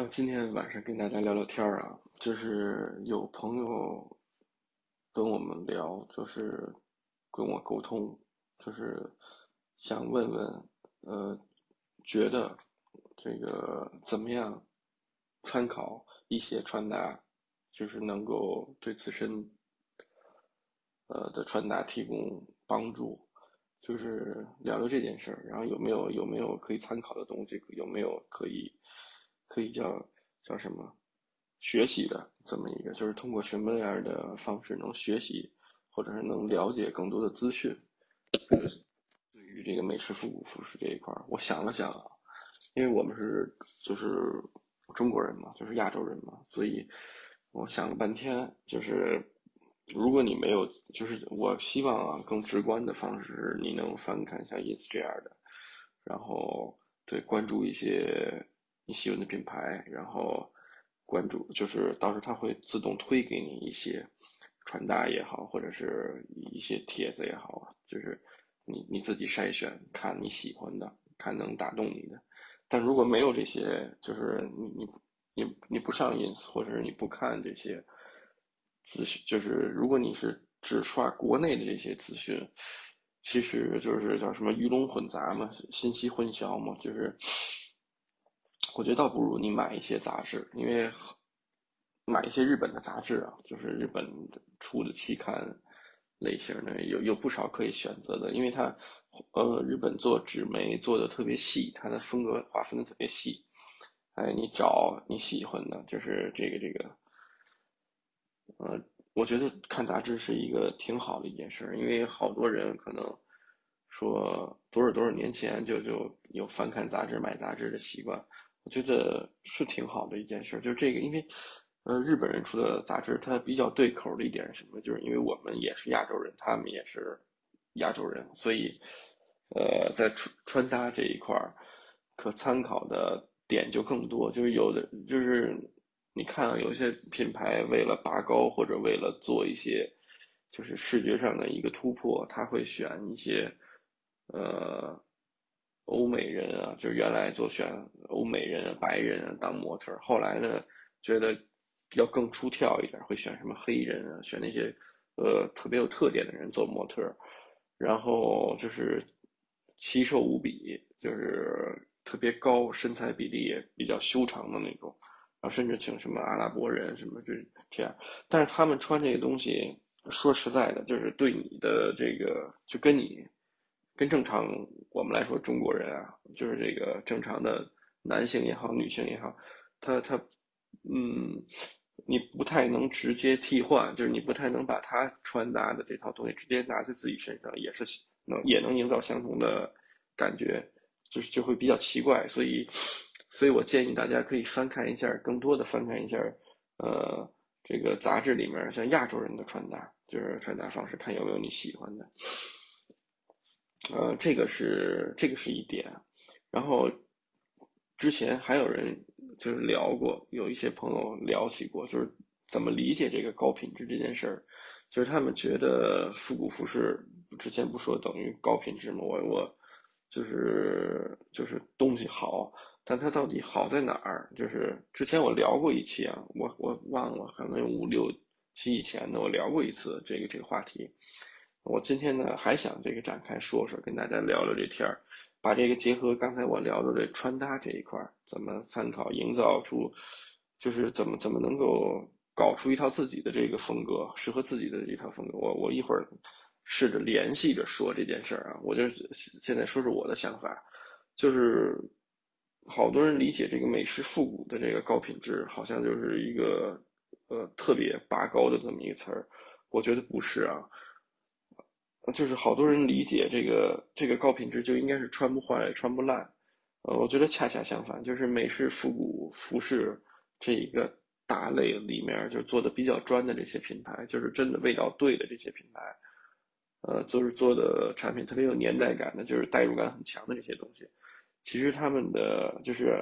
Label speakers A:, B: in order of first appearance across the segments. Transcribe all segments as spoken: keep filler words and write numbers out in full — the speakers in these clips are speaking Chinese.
A: 呃，今天晚上跟大家聊聊天儿啊，就是有朋友跟我们聊，就是跟我沟通，就是想问问，呃，觉得这个怎么样参考一些穿搭，就是能够对自身呃的穿搭提供帮助，就是聊聊这件事儿，然后有没有有没有可以参考的东西，有没有可以可以叫叫什么学习的这么一个，就是通过什么样的方式能学习，或者是能了解更多的资讯。对于这个美式复古服饰这一块儿，我想了想啊，因为我们是就是中国人嘛，就是亚洲人嘛，所以我想了半天，就是如果你没有，就是我希望啊，更直观的方式，你能翻看像 ins 这样的，然后对关注一些你喜欢的品牌，然后关注，就是到时候它会自动推给你一些穿搭也好，或者是一些帖子也好啊，就是你你自己筛选，看你喜欢的，看能打动你的。但如果没有这些，就是你你你你不上 ins，或者是你不看这些资讯，就是如果你是只刷国内的这些资讯，其实就是叫什么鱼龙混杂嘛，信息混淆嘛，就是我觉得倒不如你买一些杂志，因为买一些日本的杂志啊，就是日本出的期刊类型的，有有不少可以选择的，因为它呃日本做纸媒做的特别细，它的风格划分的特别细，哎，你找你喜欢的，就是这个这个呃，我觉得看杂志是一个挺好的一件事，因为好多人可能说多少多少年前就就有翻看杂志、买杂志的习惯，我觉得是挺好的一件事。就这个，因为呃，日本人出的杂志它比较对口的一点是什么？就是因为我们也是亚洲人，他们也是亚洲人，所以呃，在穿穿搭这一块儿，可参考的点就更多。就是有的就是你看啊，有一些品牌为了拔高或者为了做一些就是视觉上的一个突破，他会选一些呃欧美人啊，就是原来做选欧美人啊、白人啊当模特，后来呢觉得要更出挑一点，会选什么黑人啊，选那些呃特别有特点的人做模特，然后就是奇瘦无比，就是特别高，身材比例也比较修长的那种，然后甚至请什么阿拉伯人什么就这样，但是他们穿这个东西，说实在的，就是对你的这个就跟你跟正常我们来说中国人啊，就是这个正常的男性也好，女性也好，他他嗯。你不太能直接替换，就是你不太能把他穿搭的这套东西直接拿在自己身上，也是能也能营造相同的感觉，就是就会比较奇怪，所以，所以我建议大家可以翻看一下，更多的翻看一下，呃，这个杂志里面像亚洲人的穿搭，就是穿搭方式，看有没有你喜欢的。呃，这个是这个是一点，然后之前还有人就是聊过，有一些朋友聊起过，就是怎么理解这个高品质这件事儿，就是他们觉得复古服饰之前不说等于高品质吗？我我就是就是东西好，但它到底好在哪儿？就是之前我聊过一期啊，我我忘了，可能有五六期以前的我聊过一次这个这个话题。我今天呢还想这个展开说说，跟大家聊聊这天儿，把这个结合刚才我聊的这穿搭这一块儿，怎么参考营造出，就是怎么怎么能够搞出一套自己的这个风格，适合自己的一套风格。我我一会儿试着联系着说这件事儿啊，我就现在说说我的想法，就是好多人理解这个美式复古的这个高品质，好像就是一个呃特别拔高的这么一个词儿，我觉得不是啊。就是好多人理解这个这个高品质就应该是穿不坏、穿不烂，呃，我觉得恰恰相反，就是美式复古服饰这一个大类里面，就做的比较专的这些品牌，就是真的味道对的这些品牌，呃，就是做的产品特别有年代感的，就是代入感很强的这些东西，其实他们的就是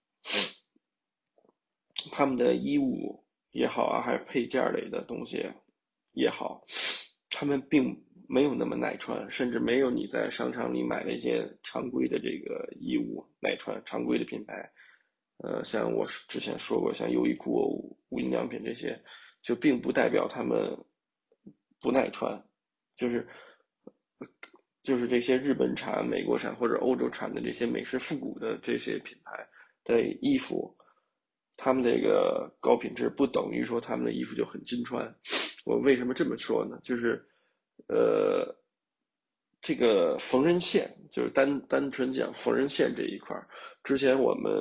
A: 他们的衣物也好啊，还是配件类的东西也好，他们并没有那么耐穿，甚至没有你在商场里买那些常规的这个衣物耐穿，常规的品牌， 呃，像我之前说过，像优衣库、无印良品这些，就并不代表他们不耐穿，就是就是这些日本产、美国产或者欧洲产的这些美式复古的这些品牌的衣服，他们这个高品质不等于说他们的衣服就很经穿。我为什么这么说呢？就是呃，这个缝纫线，就是单单纯讲缝纫线这一块之前我们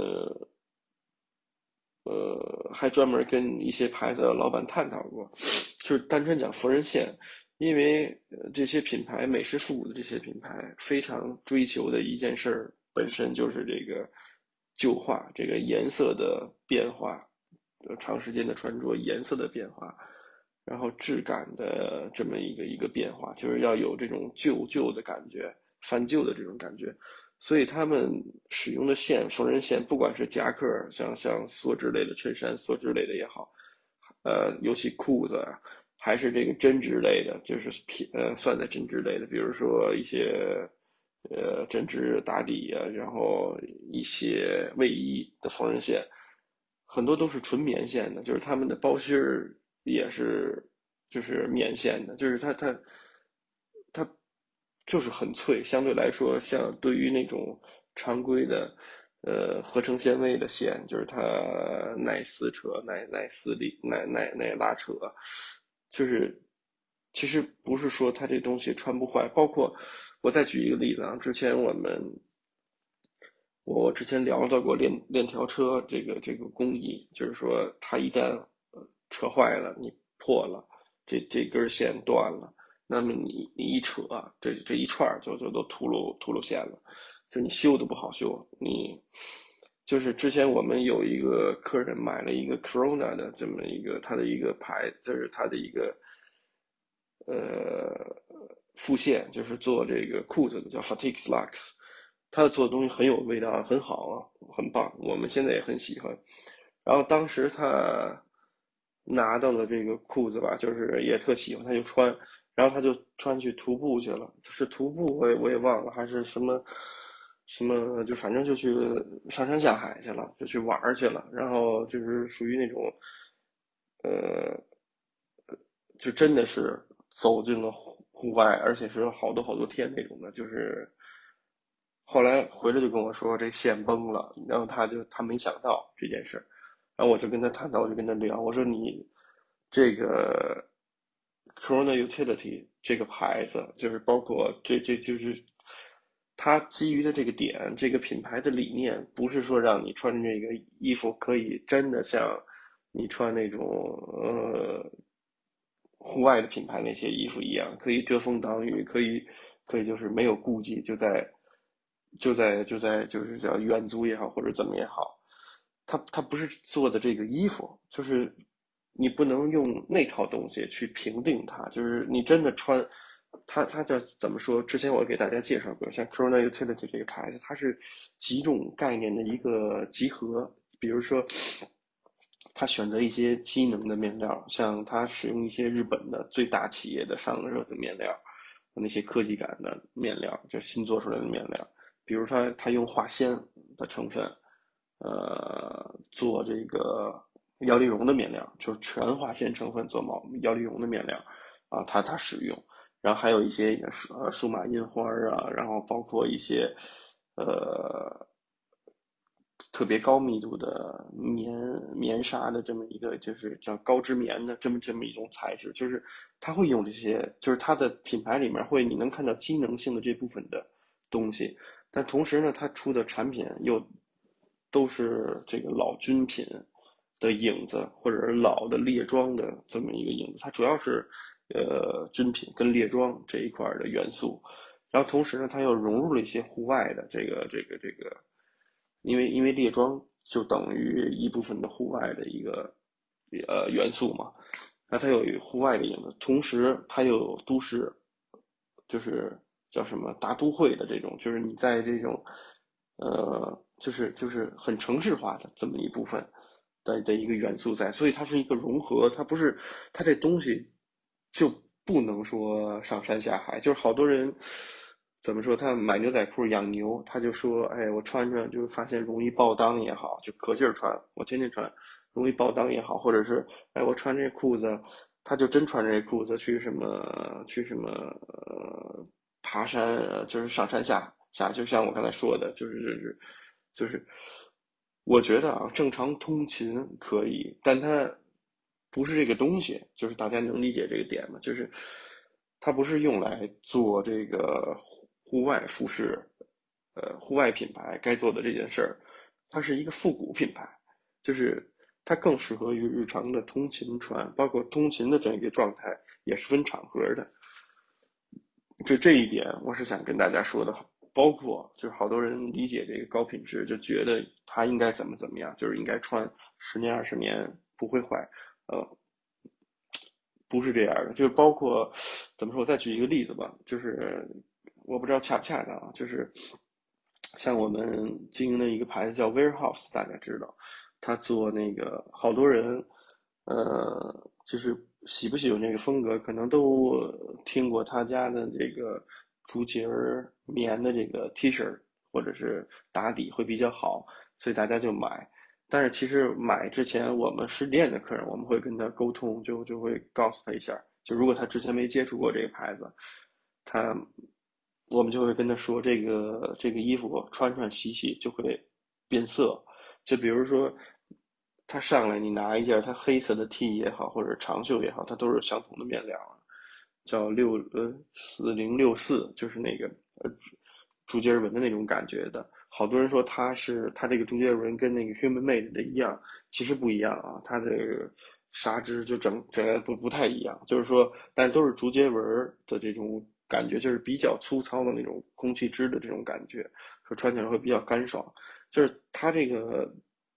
A: 呃还专门跟一些牌子的老板探讨过，就是单纯讲缝纫线，因为呃这些品牌美式复古的这些品牌非常追求的一件事儿，本身就是这个旧化，这个颜色的变化，呃长时间的穿着颜色的变化。然后质感的这么一个一个变化，就是要有这种旧旧的感觉，翻旧的这种感觉。所以他们使用的线，缝纫线，不管是夹克，像像梭织类的衬衫、梭织类的也好，呃，尤其裤子啊，还是这个针织类的，就是偏呃算在针织类的，比如说一些呃针织打底啊，然后一些卫衣的缝纫线，很多都是纯棉线的，就是他们的包芯儿也是就是棉线的，就是它它它就是很脆，相对来说，像对于那种常规的呃合成纤维的线，就是它耐撕扯、耐耐撕力、耐耐耐拉扯，就是其实不是说它这东西穿不坏，包括我再举一个例子啊，之前我们我之前聊到过链链条车这个这个工艺，就是说它一旦呃扯坏了，你破了，这这根线断了，那么你你一扯，这这一串就就都秃噜秃噜线了，就你修都不好修。你就是之前我们有一个客人买了一个 Corona 的这么一个他的一个牌，就是他的一个呃副线，就是做这个裤子的，叫 Fatigue Slacks。他做的东西很有味道，很好啊，很棒，我们现在也很喜欢。然后当时他拿到了这个裤子吧，就是也特喜欢，他就穿，然后他就穿去徒步去了，就是徒步我也我也忘了还是什么什么，就反正就去上山下海去了，就去玩去了，然后就是属于那种呃就真的是走进了户户外，而且是好多好多天那种的，就是后来回来就跟我说这线崩了，然后他就他没想到这件事，然后我就跟他谈到，我就跟他聊，我说你这个 Corona Utility 这个牌子，就是包括这这就是它基于的这个点，这个品牌的理念，不是说让你穿这个衣服可以真的像你穿那种呃户外的品牌那些衣服一样，可以遮风挡雨，可以可以就是没有顾忌，就在就在就在就是叫远足也好，或者怎么也好，它它不是做的这个衣服，就是你不能用那套东西去评定它，就是你真的穿。它它叫怎么说？之前我给大家介绍过，像 Corona Utility 这个牌子，它是几种概念的一个集合。比如说，它选择一些机能的面料，像它使用一些日本的最大企业的上热的面料，那些科技感的面料，就新做出来的面料。比如它它用化纤的成分，呃，做这个摇粒绒的面料，就是全化纤成分做毛摇粒绒的面料啊，它它使用。然后还有一些数呃数码印花啊，然后包括一些呃特别高密度的棉棉纱的这么一个就是叫高织棉的这么这么一种材质，就是它会用这些，就是它的品牌里面会你能看到机能性的这部分的东西，但同时呢，它出的产品又都是这个老军品的影子，或者是老的猎装的这么一个影子，它主要是呃军品跟猎装这一块的元素，然后同时呢，它又融入了一些户外的这个这个这个，因为因为猎装就等于一部分的户外的一个呃元素嘛，那它有户外的影子，同时它又有都市，就是叫什么大都会的这种，就是你在这种呃就是就是很城市化的这么一部分的的一个元素在，所以它是一个融合，它不是它这东西就不能说上山下海，就是好多人怎么说？他买牛仔裤养牛，他就说，哎，我穿着就发现容易爆裆也好，就可劲儿穿，我天天穿，容易爆裆也好，或者是，哎，我穿这裤子，他就真穿这裤子去什么去什么呃爬山，呃就是上山下下，就像我刚才说的，就是就是就是，我觉得啊，正常通勤可以，但它不是这个东西，就是大家能理解这个点吗？就是它不是用来做这个户户外服饰，呃，户外品牌该做的这件事儿，它是一个复古品牌，就是它更适合于日常的通勤穿，包括通勤的这样一个状态也是分场合的。就这一点，我是想跟大家说的，包括就是好多人理解这个高品质，就觉得它应该怎么怎么样，就是应该穿十年二十年不会坏，呃，不是这样的，就是包括怎么说，我再举一个例子吧，就是我不知道恰不恰当啊，就是像我们经营的一个牌子叫 Warehouse，大家知道，他做那个好多人，呃，就是喜不喜欢这个风格，可能都听过他家的这个竹节儿棉的这个 T 恤，或者是打底会比较好，所以大家就买。但是其实买之前，我们实体店的客人，我们会跟他沟通，就就会告诉他一下，就如果他之前没接触过这个牌子，他我们就会跟他说，这个这个衣服穿穿洗洗就会变色。就比如说，他上来你拿一件他黑色的 T 也好，或者长袖也好，它都是相同的面料，叫六呃四零六四，就是那个呃竹节纹的那种感觉的。好多人说它是它这个竹节纹跟那个 Human Made 的一样，其实不一样啊，它这个纱织就整整个不不太一样。就是说，但是都是竹节纹的这种感觉，就是比较粗糙的那种空气织的这种感觉，说穿起来会比较干爽。就是它这个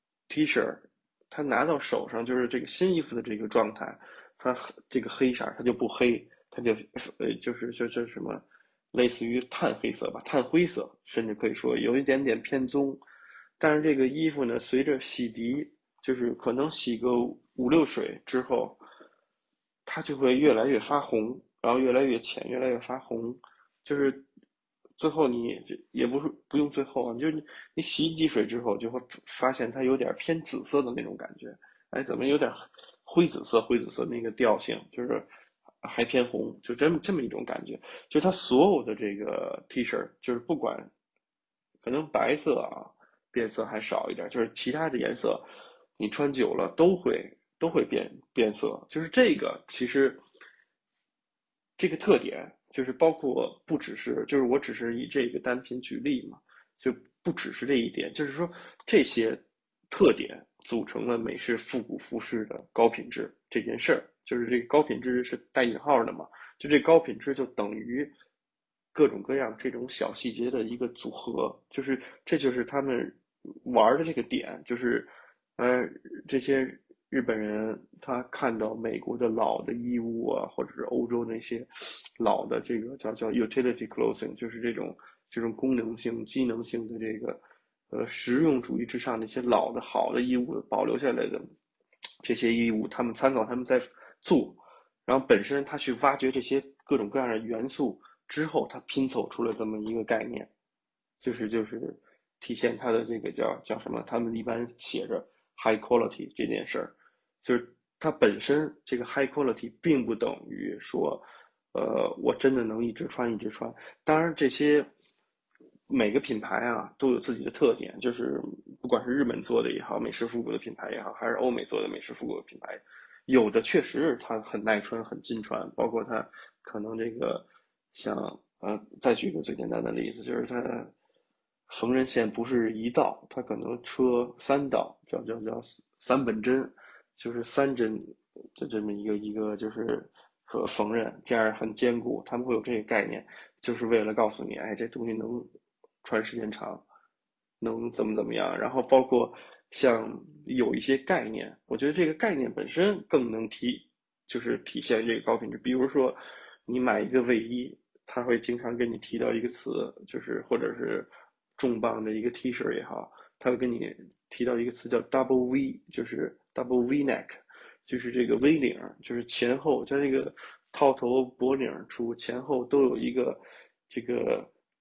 A: T 恤，它拿到手上就是这个新衣服的这个状态，它这个黑色它就不黑，它就呃就是就就什么，类似于炭黑色吧，炭灰色，甚至可以说有一点点偏棕。但是这个衣服呢，随着洗涤，就是可能洗个五六水之后，它就会越来越发红，然后越来越浅，越来越发红，就是最后你也不是不用最后啊，就是你你洗几水之后，就会发现它有点偏紫色的那种感觉，哎，怎么有点灰紫色，灰紫色那个调性，就是还偏红，就这么这么一种感觉。就它所有的这个 T 恤，就是不管可能白色啊变色还少一点，就是其他的颜色，你穿久了都会都会变变色。就是这个其实这个特点就是包括不只是就是我只是以这个单品举例嘛，就不只是这一点，就是说这些特点组成了美式复古服饰的高品质这件事儿，就是这个高品质是带引号的嘛，就这高品质就等于各种各样这种小细节的一个组合，就是这就是他们玩的这个点，就是呃这些日本人他看到美国的老的衣物啊，或者是欧洲那些老的这个叫叫 utility clothing，就是这种这种功能性、机能性的这个呃实用主义之上那些老的好的衣物保留下来的这些衣物，他们参考他们在做，然后本身他去挖掘这些各种各样的元素之后，他拼凑出了这么一个概念，就是就是体现它的这个叫叫什么？他们一般写着 high quality 这件事儿，就是它本身这个 high quality 并不等于说，呃，我真的能一直穿一直穿。当然，这些每个品牌啊都有自己的特点，就是不管是日本做的也好，美式复古的品牌也好，还是欧美做的美式复古的品牌，有的确实是它很耐穿、很经穿，包括它可能这个像呃，再举个最简单的例子，就是它缝纫线不是一道，它可能车三道，叫叫叫三本针，就是三针就这么一个一个就是说缝纫，这样很坚固，他们会有这个概念，就是为了告诉你，哎，这东西能穿时间长，能怎么怎么样，然后包括像有一些概念，我觉得这个概念本身更能提，就是体现这个高品质。比如说，你买一个卫衣，他会经常跟你提到一个词，就是或者是重磅的一个 T 恤也好，他会跟你提到一个词叫 double V，就是 double V neck，就是这个 V 领，就是前后在这个套头脖领处前后都有一个这个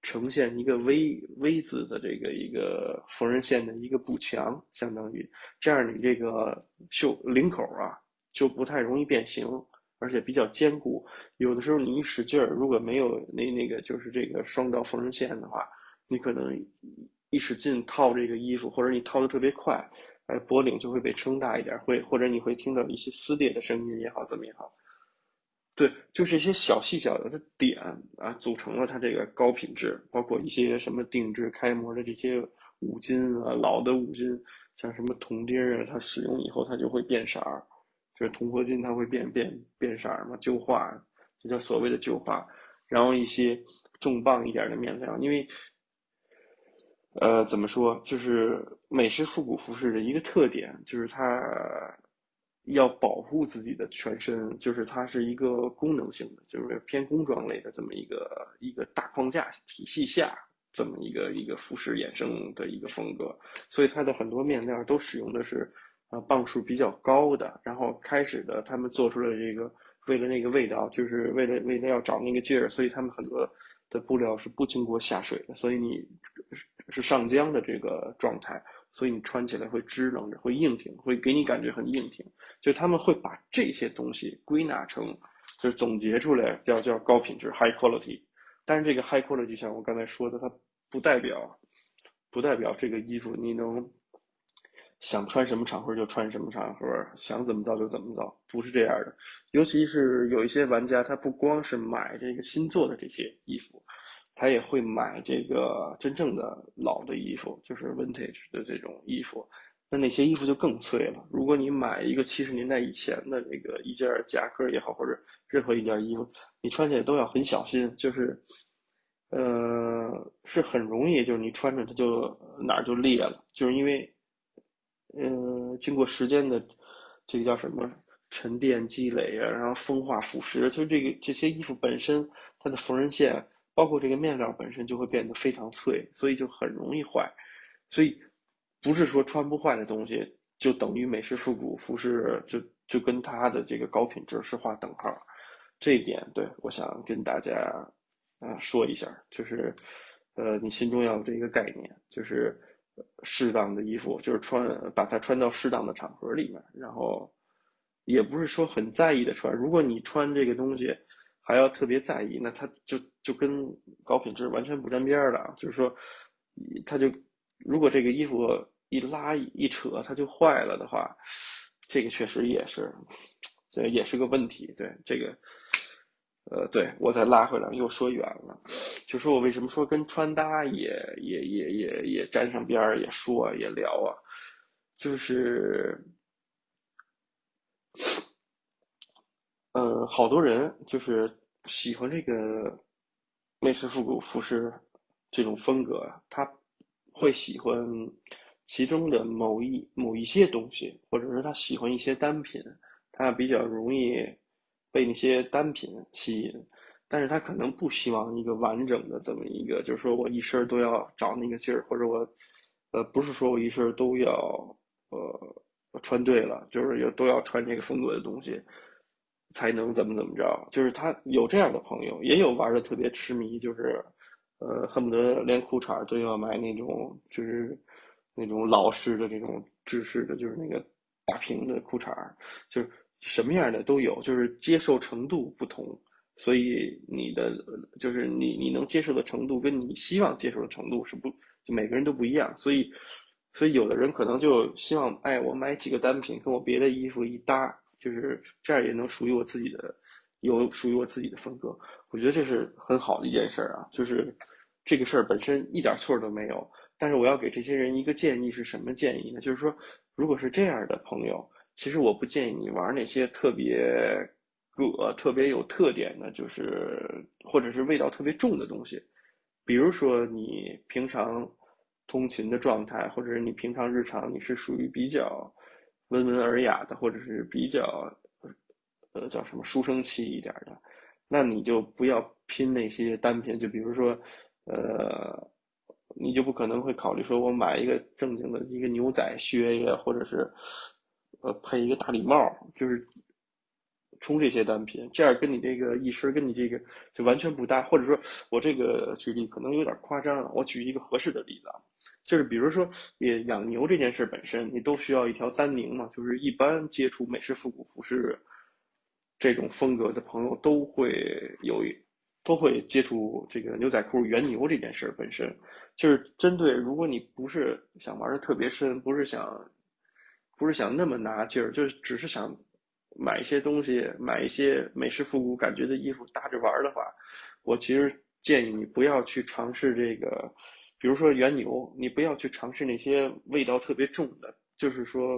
A: 呈现一个 V V 字的这个一个缝纫线的一个补强，相当于这样你这个袖领口啊就不太容易变形，而且比较坚固。有的时候你一使劲儿，如果没有那那个就是这个双刀缝纫线的话，你可能一使劲套这个衣服，或者你套的特别快，哎，脖领就会被撑大一点，会或者你会听到一些撕裂的声音也好，怎么也好。对，就这些小细小的点啊，组成了它这个高品质，包括一些什么定制开模的这些五金啊，老的五金，像什么铜钉啊，它使用以后它就会变色儿，就是铜合金它会变变变色儿嘛，旧化，这叫所谓的旧化。然后一些重磅一点的面料，因为呃，怎么说，就是美式复古服饰的一个特点，就是它要保护自己的全身，就是它是一个功能性的，就是偏工装类的这么一个一个大框架体系下，这么一个一个服饰衍生的一个风格，所以它的很多面料都使用的是呃磅数比较高的，然后开始的他们做出了这个为了那个味道，就是为了为了要找那个劲儿，所以他们很多的布料是不经过下水的，所以你是上浆的这个状态，所以你穿起来会支棱着，会硬挺，会给你感觉很硬挺。就他们会把这些东西归纳成，就是总结出来叫叫高品质 high quality。但是这个 high quality 像我刚才说的，它不代表不代表这个衣服你能想穿什么场合就穿什么场合，想怎么造就怎么造，不是这样的。尤其是有一些玩家，他不光是买这个新做的这些衣服，他也会买这个真正的老的衣服，就是 vintage 的这种衣服。那那些衣服就更脆了。如果你买一个七十年代以前的这个一件夹克也好，或者任何一件衣服，你穿起来都要很小心，就是呃是很容易，就是你穿着它就哪儿就裂了，就是因为呃经过时间的这个叫什么沉淀积累啊，然后风化腐蚀，就这个这些衣服本身它的缝纫线，包括这个面料本身就会变得非常脆，所以就很容易坏。所以不是说穿不坏的东西就等于美式复古服饰就就跟它的这个高品质是划等号。这一点对我想跟大家啊说一下，就是呃你心中要有这个概念，就是适当的衣服就是穿把它穿到适当的场合里面，然后也不是说很在意的穿，如果你穿这个东西还要特别在意，那它就就跟高品质完全不沾边了。就是说，它就如果这个衣服一拉一扯它就坏了的话，这个确实也是，这也是个问题。对这个，呃，对我再拉回来又说远了，就说我为什么说跟穿搭也也也也也沾上边儿，也说也聊啊，就是呃，好多人就是喜欢这个美式复古服饰这种风格，他会喜欢其中的某一某一些东西，或者是他喜欢一些单品，他比较容易被那些单品吸引，但是他可能不希望一个完整的这么一个，就是说我一身都要找那个劲儿，或者我呃不是说我一身都要呃穿对了，就是要都要穿这个风格的东西。才能怎么怎么着，就是他有这样的朋友，也有玩的特别痴迷，就是呃恨不得连裤衩都要买那种就是那种老式的这种制式的，就是那个大屏的裤衩，就是什么样的都有，就是接受程度不同，所以你的就是你你能接受的程度跟你希望接受的程度是不就每个人都不一样，所以所以有的人可能就希望，哎，我买几个单品跟我别的衣服一搭，就是这样也能属于我自己的，有属于我自己的风格。我觉得这是很好的一件事儿啊，就是这个事儿本身一点错都没有。但是我要给这些人一个建议是什么建议呢？就是说，如果是这样的朋友，其实我不建议你玩那些特别个、特别有特点的，就是或者是味道特别重的东西。比如说你平常通勤的状态，或者是你平常日常你是属于比较温文尔雅的，或者是比较呃叫什么书生气一点的，那你就不要拼那些单品，就比如说呃，你就不可能会考虑说我买一个正经的一个牛仔靴呀，或者是呃配一个大礼帽，就是冲这些单品，这样跟你这个一身跟你这个就完全不搭。或者说我这个举例可能有点夸张了，我举一个合适的例子啊，就是比如说也养牛这件事本身，你都需要一条单宁嘛，就是一般接触美式复古服饰这种风格的朋友都会有都会接触这个牛仔裤原牛这件事本身，就是针对如果你不是想玩的特别深，不是想不是想那么拿劲儿，就是只是想买一些东西，买一些美式复古感觉的衣服搭着玩的话，我其实建议你不要去尝试这个，比如说原牛，你不要去尝试那些味道特别重的，就是说，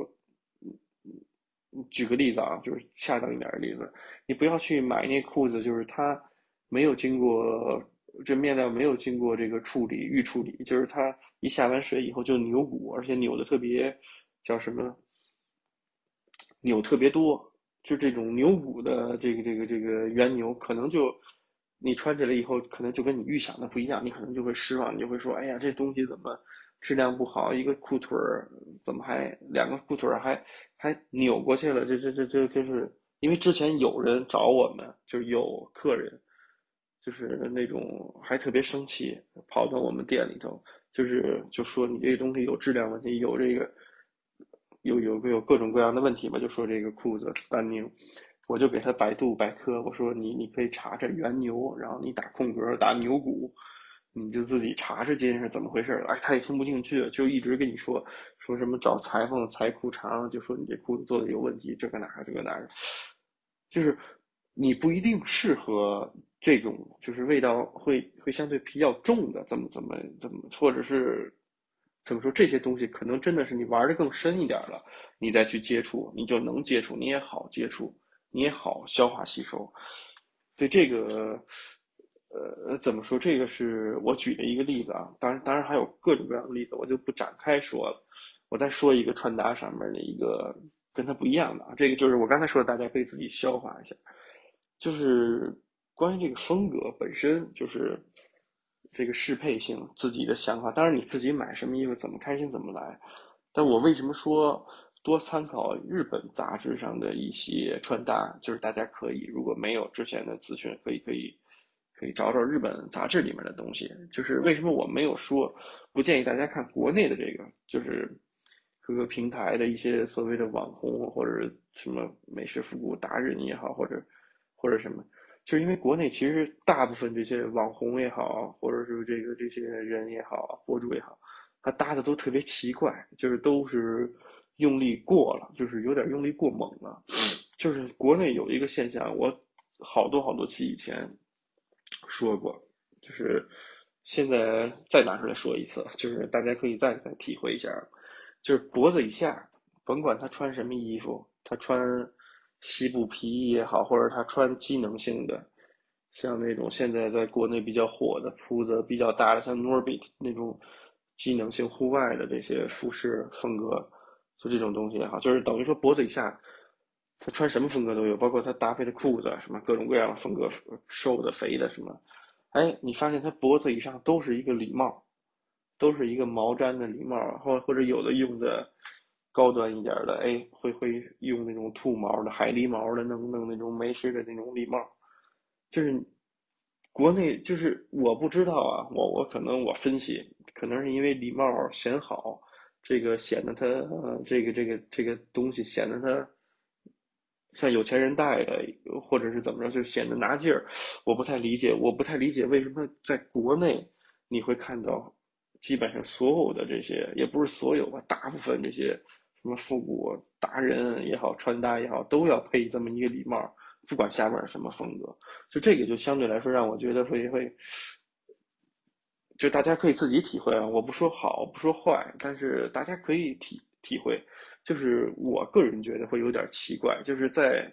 A: 举个例子啊，就是恰当一点的例子，你不要去买那裤子，就是它没有经过这面料没有经过这个处理预处理，就是它一下完水以后就扭骨，而且扭的特别叫什么扭特别多，就这种扭骨的这个这个这个原牛，可能就你穿起来以后，可能就跟你预想的不一样，你可能就会失望，你就会说，哎呀，这东西怎么质量不好？一个裤腿儿怎么还两个裤腿儿还还扭过去了？这这这这就是因为之前有人找我们，就是有客人，就是那种还特别生气，跑到我们店里头，就是就说你这个东西有质量问题，有这个有有有各种各样的问题嘛，就说这个裤子丹宁，我就给他百度百科，我说你你可以查查原牛，然后你打空格打牛骨，你就自己查查这件事怎么回事。哎，他也听不进去，就一直跟你说说什么找裁缝裁裤长，就说你这裤子做的有问题，这个那个这个那个，就是你不一定适合这种，就是味道会会相对比较重的，怎么怎么怎么，或者是怎么说这些东西，可能真的是你玩的更深一点了，你再去接触，你就能接触，你也好接触，你也好消化吸收。对这个，呃，怎么说？这个是我举的一个例子啊，当然，当然还有各种各样的例子，我就不展开说了。我再说一个穿搭上面的一个跟它不一样的啊，这个就是我刚才说的，大家可以自己消化一下。就是关于这个风格本身，就是这个适配性，自己的想法。当然你自己买什么衣服，怎么开心怎么来。但我为什么说多参考日本杂志上的一些穿搭？就是大家可以如果没有之前的资讯，可以可以可以找找日本杂志里面的东西。就是为什么我没有说不建议大家看国内的这个，就是各个平台的一些所谓的网红或者什么美式复古达人也好，或者或者什么，就是因为国内其实大部分这些网红也好，或者是这个这些人也好，博主也好，他搭的都特别奇怪，就是都是用力过了，就是有点用力过猛了。就是国内有一个现象，我好多好多期以前说过，就是现在再拿出来说一次，就是大家可以再再体会一下，就是脖子以下，甭管他穿什么衣服，他穿西部皮衣也好，或者他穿机能性的，像那种现在在国内比较火的铺子比较大的，像 Norbit 那种机能性户外的这些服饰风格，就这种东西也好，就是等于说脖子以下，他穿什么风格都有，包括他搭配的裤子，什么各种各样的风格，瘦的、肥的什么，哎，你发现他脖子以上都是一个礼帽，都是一个毛毡的礼帽，或或者有的用的高端一点的，哎，会会用那种兔毛的、海狸毛的，弄弄那种美式的那种礼帽，就是国内就是我不知道啊，我我可能我分析，可能是因为礼帽显好，这个显得它呃这个这个这个东西显得它像有钱人戴的，或者是怎么着，就显得拿劲儿。我不太理解，我不太理解为什么在国内你会看到，基本上所有的这些，也不是所有吧，大部分这些什么复古达人也好，穿搭也好，都要配这么一个礼帽，不管下面什么风格。就这个就相对来说让我觉得会会，就大家可以自己体会啊，我不说好，不说坏，但是大家可以体体会。就是我个人觉得会有点奇怪，就是在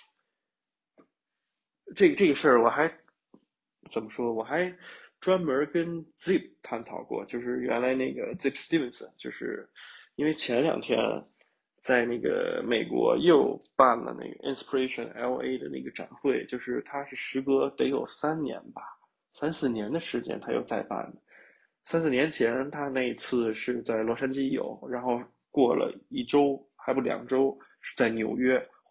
A: 这个这个事儿，我还怎么说？我还专门跟 Zip 探讨过，就是原来那个 Zip Stevens，就是因为前两天在那个美国又办了那个 Inspiration L A 的那个展会，就是他是时隔得有三年吧，三四年的时间他又再办的。三四年前他那次是在洛杉矶有，然后过了一周还不两周是在纽约，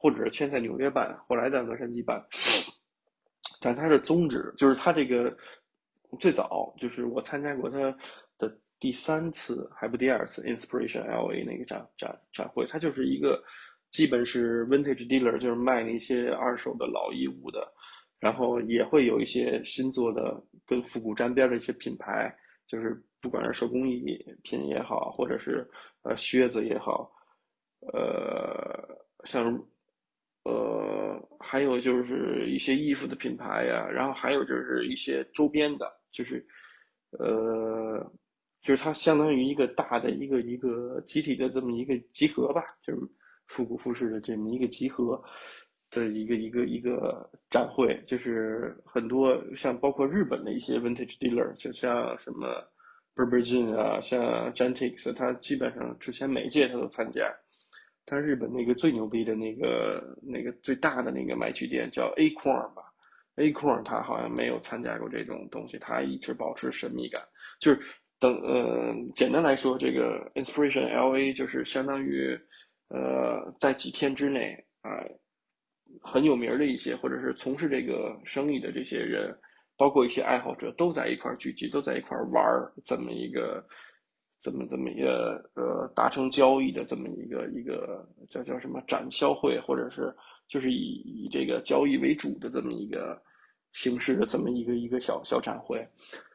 A: 或者是先在纽约办，后来在洛杉矶办。但它的宗旨就是它这个最早就是我参加过它的第三次还不第二次 Inspiration L A 那个展展展会，它就是一个基本是 vintage dealer，就是卖那些二手的老衣物的，然后也会有一些新做的跟复古沾边的一些品牌，就是不管是手工艺品也好，或者是呃靴子也好，呃像呃还有就是一些衣服的品牌呀，然后还有就是一些周边的，就是呃就是它相当于一个大的一个一个集体的这么一个集合吧，就是复古服饰的这么一个集合的一个一个一个展会，就是很多像包括日本的一些 vintage dealer，就像什么 Burberry 啊，像 Gentex，它基本上之前每届它都参加。它日本那个最牛逼的那个那个最大的那个卖具店叫 Acorn 吧，Acorn 它好像没有参加过这种东西，它一直保持神秘感。就是等呃，简单来说，这个 Inspiration L A 就是相当于呃，在几天之内啊、呃，很有名的一些或者是从事这个生意的这些人，包括一些爱好者，都在一块聚集，都在一块玩儿，这么一个，这么这么一个呃达成交易的这么一个一个叫叫什么展销会，或者是就是以以这个交易为主的这么一个形式的这么一个一个小小展会。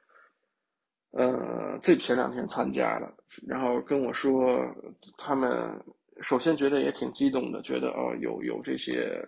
A: 呃，这前两天参加了，然后跟我说，他们首先觉得也挺激动的，觉得哦有有这些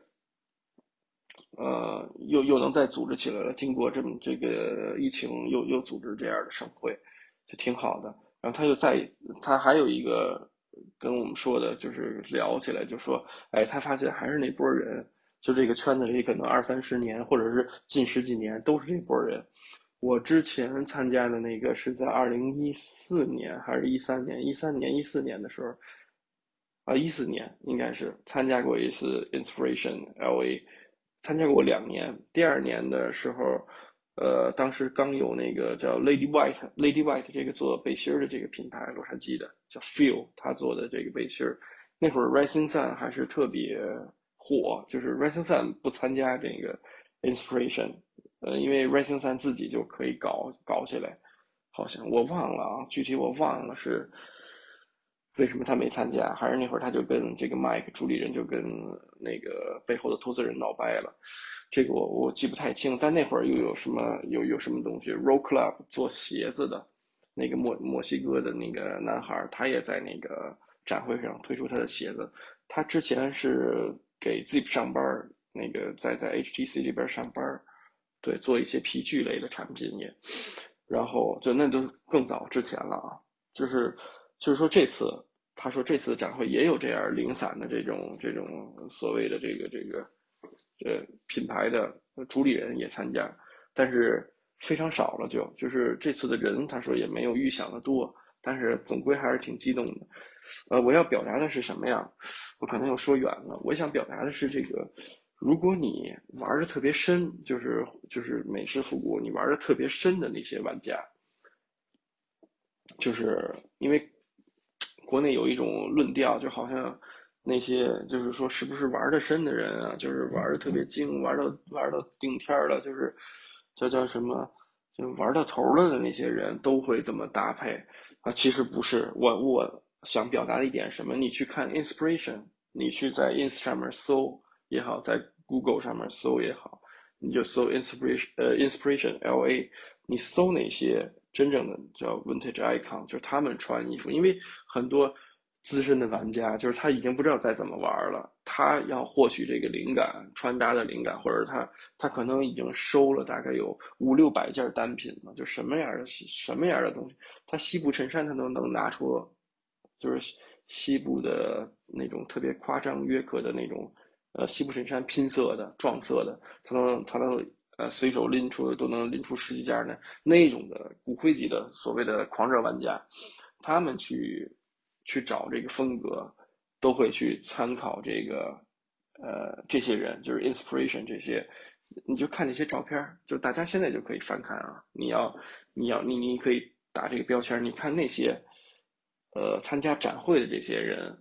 A: 呃，又又能再组织起来了。经过这么这个疫情，又又组织这样的盛会，就挺好的。然后他又再，他还有一个跟我们说的，就是聊起来就说，哎，他发现还是那波人，就这个圈子里可能二三十年，或者是近十几年都是这波人。我之前参加的那个是在二零一四年还是一三年？一三年、一四年的时候，啊，一四年应该是参加过一次 Inspiration L A，参加过两年。第二年的时候，呃，当时刚有那个叫 Lady White，Lady White 这个做背心的这个品牌，洛杉矶的叫 Feel，他做的这个背心那会儿 Rising Sun 还是特别火，就是 Rising Sun 不参加这个 Inspiration，呃，因为 Rising Sun 自己就可以搞搞起来，好像我忘了啊，具体我忘了是为什么他没参加，还是那会儿他就跟这个 Mike 主理人就跟那个背后的投资人闹掰了，这个我我记不太清，但那会儿又有什么有有什么东西 Roll Club 做鞋子的那个墨墨西哥的那个男孩，他也在那个展会上推出他的鞋子，他之前是给 Zip 上班，那个在在 H T C 这边上班，对，做一些皮具类的产品也，然后就那都更早之前了啊，就是就是说这次他说这次展会也有这样零散的这种这种所谓的这个这个呃品牌的主理人也参加，但是非常少了就就是这次的人他说也没有预想的多，但是总归还是挺激动的。呃，我要表达的是什么呀？我可能又说远了。我想表达的是这个，如果你玩的特别深，就是就是美式复古，你玩的特别深的那些玩家，就是因为国内有一种论调，就好像那些就是说是不是玩的深的人啊，就是玩的特别精，玩到玩到顶天了，就是叫叫什么，就玩到头了的那些人都会这么搭配啊。其实不是，我我想表达的一点什么，你去看 Inspiration，你去在 Ins 上面搜也好，在 Google 上面搜也好，你就搜 Inspiration 呃 Inspiration L A，你搜那些真正的叫 vintage icon，就是他们穿衣服，因为很多资深的玩家就是他已经不知道再怎么玩了，他要获取这个灵感，穿搭的灵感，或者他他可能已经收了大概有五六百件单品了，就什么样的什么样的东西，他西部衬衫他都能拿出，就是西部的那种特别夸张约克的那种。呃，西部衬衫拼色的、撞色的，他能他能呃随手拎出都能拎出十几件的那种的骨灰级的所谓的狂热玩家，他们去去找这个风格，都会去参考这个呃这些人，就是 inspiration 这些，你就看这些照片，就大家现在就可以翻看啊，你要你要你你可以打这个标签，你看那些呃参加展会的这些人。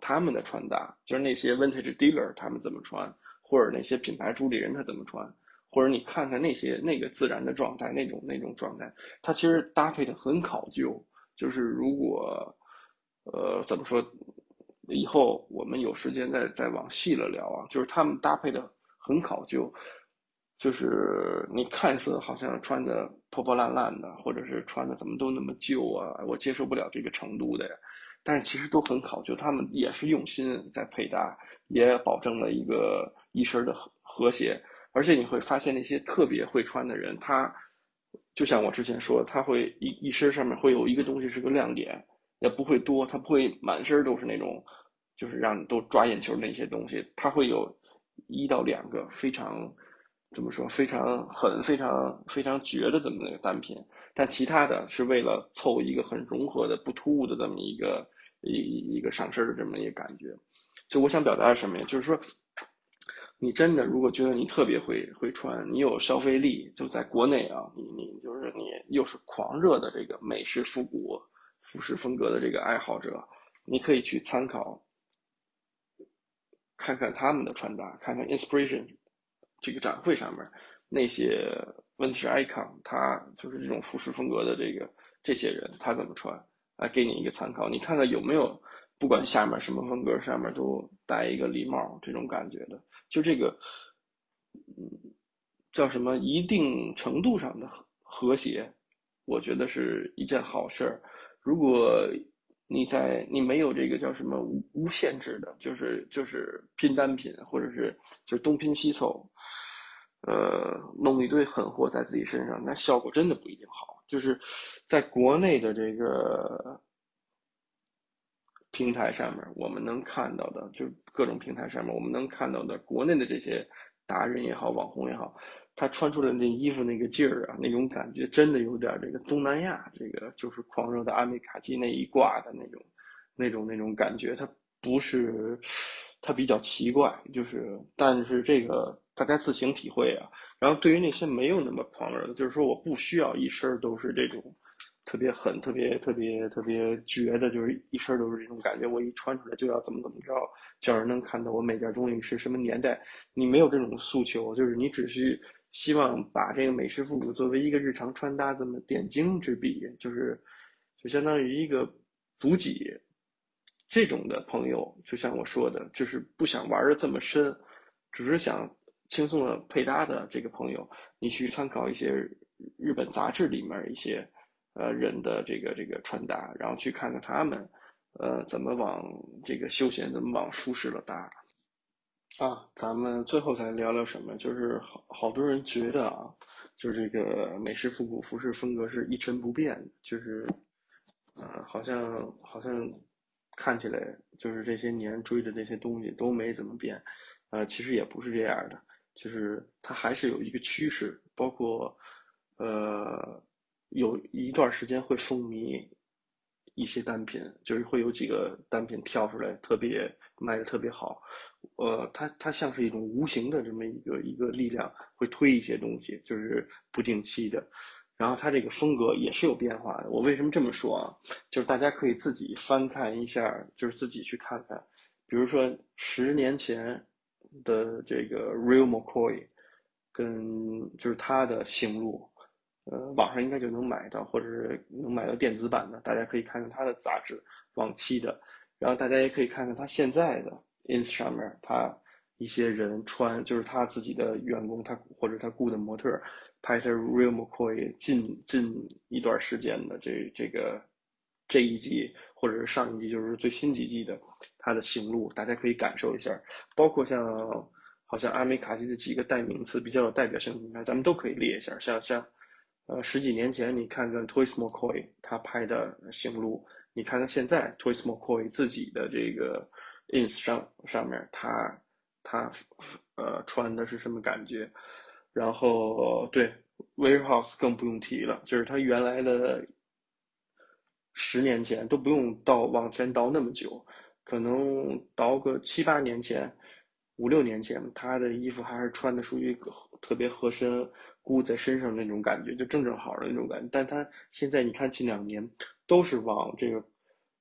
A: 他们的穿搭，就是那些 vintage dealer 他们怎么穿，或者那些品牌主理人他怎么穿，或者你看看那些那个自然的状态，那种那种状态，它其实搭配的很考究。就是如果呃怎么说，以后我们有时间再再往细了聊啊，就是他们搭配的很考究。就是你看似好像穿的破破烂烂的，或者是穿的怎么都那么旧啊，我接受不了这个程度的呀。但是其实都很考究，他们也是用心在配搭，也保证了一个一身的和和谐。而且你会发现那些特别会穿的人，他就像我之前说，他会一一身上面会有一个东西是个亮点，也不会多，他不会满身都是那种就是让你都抓眼球的那些东西，他会有一到两个非常怎么说非常狠、非常非常绝的这么一个单品。但其他的是为了凑一个很融合的、不突兀的这么一个一一个上身的这么一个感觉。就我想表达的是什么呀？就是说，你真的如果觉得你特别会会穿，你有消费力，就在国内啊，你你就是你又是狂热的这个美式复古服饰风格的这个爱好者，你可以去参考看看他们的穿搭，看看 Inspiration 这个展会上面那些问题是 icon，他就是这种服饰风格的这个这些人他怎么穿，来给你一个参考，你看看有没有不管下面什么风格，上面都戴一个礼帽这种感觉的，就这个，嗯，叫什么一定程度上的和谐，我觉得是一件好事儿。如果你在你没有这个叫什么无无限制的，就是就是拼单品，或者是就是东拼西凑，呃，弄一堆狠货在自己身上，那效果真的不一定好。就是在国内的这个平台上面，我们能看到的，就是各种平台上面我们能看到的，国内的这些达人也好，网红也好，他穿出来那衣服那个劲儿啊，那种感觉真的有点这个东南亚，这个就是狂热的阿美卡基那一挂的那种，那种那种感觉，它不是，它比较奇怪，就是，但是这个大家自行体会啊。然后对于那些没有那么狂热的，就是说我不需要一身都是这种特别狠、特别特别特别绝的，就是一身都是这种感觉，我一穿出来就要怎么怎么着，叫人能看到我每件东西是什么年代。你没有这种诉求，就是你只是希望把这个美式复古作为一个日常穿搭这么点睛之笔，就是就相当于一个补给。这种的朋友，就像我说的，就是不想玩的这么深，只是想轻松的配搭的这个朋友，你去参考一些日本杂志里面一些呃人的这个这个穿搭，然后去看看他们呃怎么往这个休闲，怎么往舒适了搭。啊，咱们最后再聊聊什么？就是好好多人觉得啊，就是这个美式复古服饰风格是一成不变的，就是呃，好像好像看起来就是这些年追的这些东西都没怎么变，呃，其实也不是这样的，就是它还是有一个趋势，包括呃有一段时间会风靡一些单品，就是会有几个单品跳出来，特别卖的特别好，呃，它它像是一种无形的这么一个一个力量，会推一些东西，就是不定期的。然后它这个风格也是有变化的。我为什么这么说啊？就是大家可以自己翻看一下，就是自己去看看，比如说十年前的这个 Real McCoy，跟就是他的行路，呃，网上应该就能买到，或者是能买到电子版的，大家可以看看他的杂志，往期的。然后大家也可以看看他现在的 ins 上面，他一些人穿，就是他自己的员工，他或者他雇的模特拍摄 Real McCoy 近近一段时间的这这个这一季或者是上一季，就是最新几季的他的行路，大家可以感受一下。包括像好像阿美卡基的几个代名词比较有代表性的品牌，咱们都可以列一下，像像。呃，十几年前你看看 Toys McCoy 他拍的行路，你看看现在 Toys McCoy 自己的这个 ins 上上面，他他呃穿的是什么感觉？然后对 Warehouse 更不用提了，就是他原来的十年前都不用倒往前倒那么久，可能倒个七八年前、五六年前，他的衣服还是穿的属于特别合身、箍在身上那种感觉，就正正好的那种感觉。但他现在你看近两年都是往这个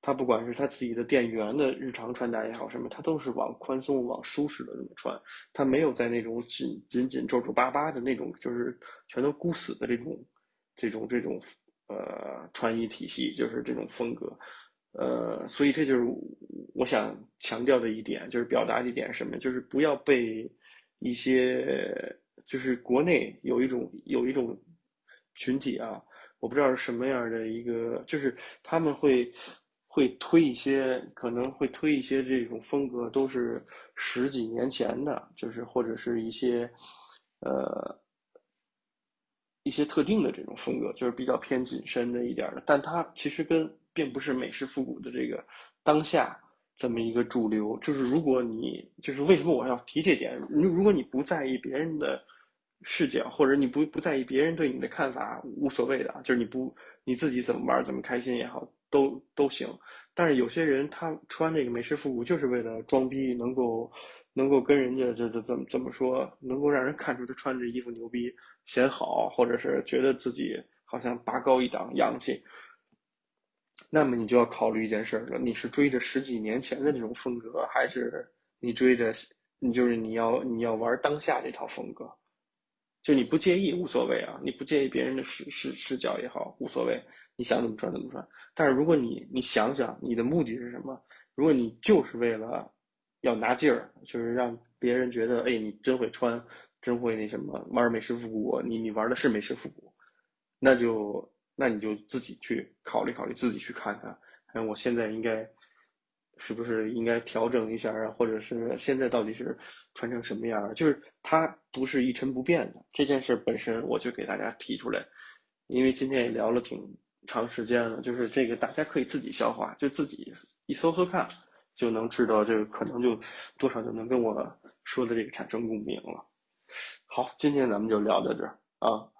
A: 他不管是他自己的店员的日常穿搭也好什么，他都是往宽松、往舒适的那么穿，他没有在那种紧紧紧皱皱巴巴的那种，就是全都箍死的这种这种这种呃穿衣体系，就是这种风格。呃，所以这就是我想强调的一点，就是表达的一点是什么，就是不要被一些，就是国内有一种有一种群体啊，我不知道是什么样的一个，就是他们会会推一些，可能会推一些这种风格，都是十几年前的，就是或者是一些呃一些特定的这种风格，就是比较偏紧身的一点的，但它其实跟并不是美式复古的这个当下这么一个主流。就是如果你就是为什么我要提这点，如如果你不在意别人的视角，或者你不不在意别人对你的看法，无所谓的，就是你不你自己怎么玩怎么开心也好，都都行。但是有些人他穿这个美式复古就是为了装逼，能够能够跟人家这这怎么怎么说，能够让人看出他穿着衣服牛逼，显好，或者是觉得自己好像拔高一档洋气。那么你就要考虑一件事了，你是追着十几年前的这种风格，还是你追着你就是你要你要玩当下这套风格？就你不介意无所谓啊，你不介意别人的视视视角也好无所谓，你想怎么穿怎么穿。但是如果你你想想你的目的是什么，如果你就是为了要拿劲儿，就是让别人觉得哎你真会穿，真会那什么玩美式复古，你你玩的是美式复古，那就那你就自己去考虑考虑，自己去看看，哎我现在应该是不是应该调整一下啊，或者是现在到底是穿成什么样？就是它不是一成不变的这件事本身，我就给大家提出来，因为今天也聊了挺长时间了，就是这个大家可以自己消化，就自己一搜搜看，就能知道这个可能就多少就能跟我说的这个产生共鸣了。好，今天咱们就聊到这儿啊。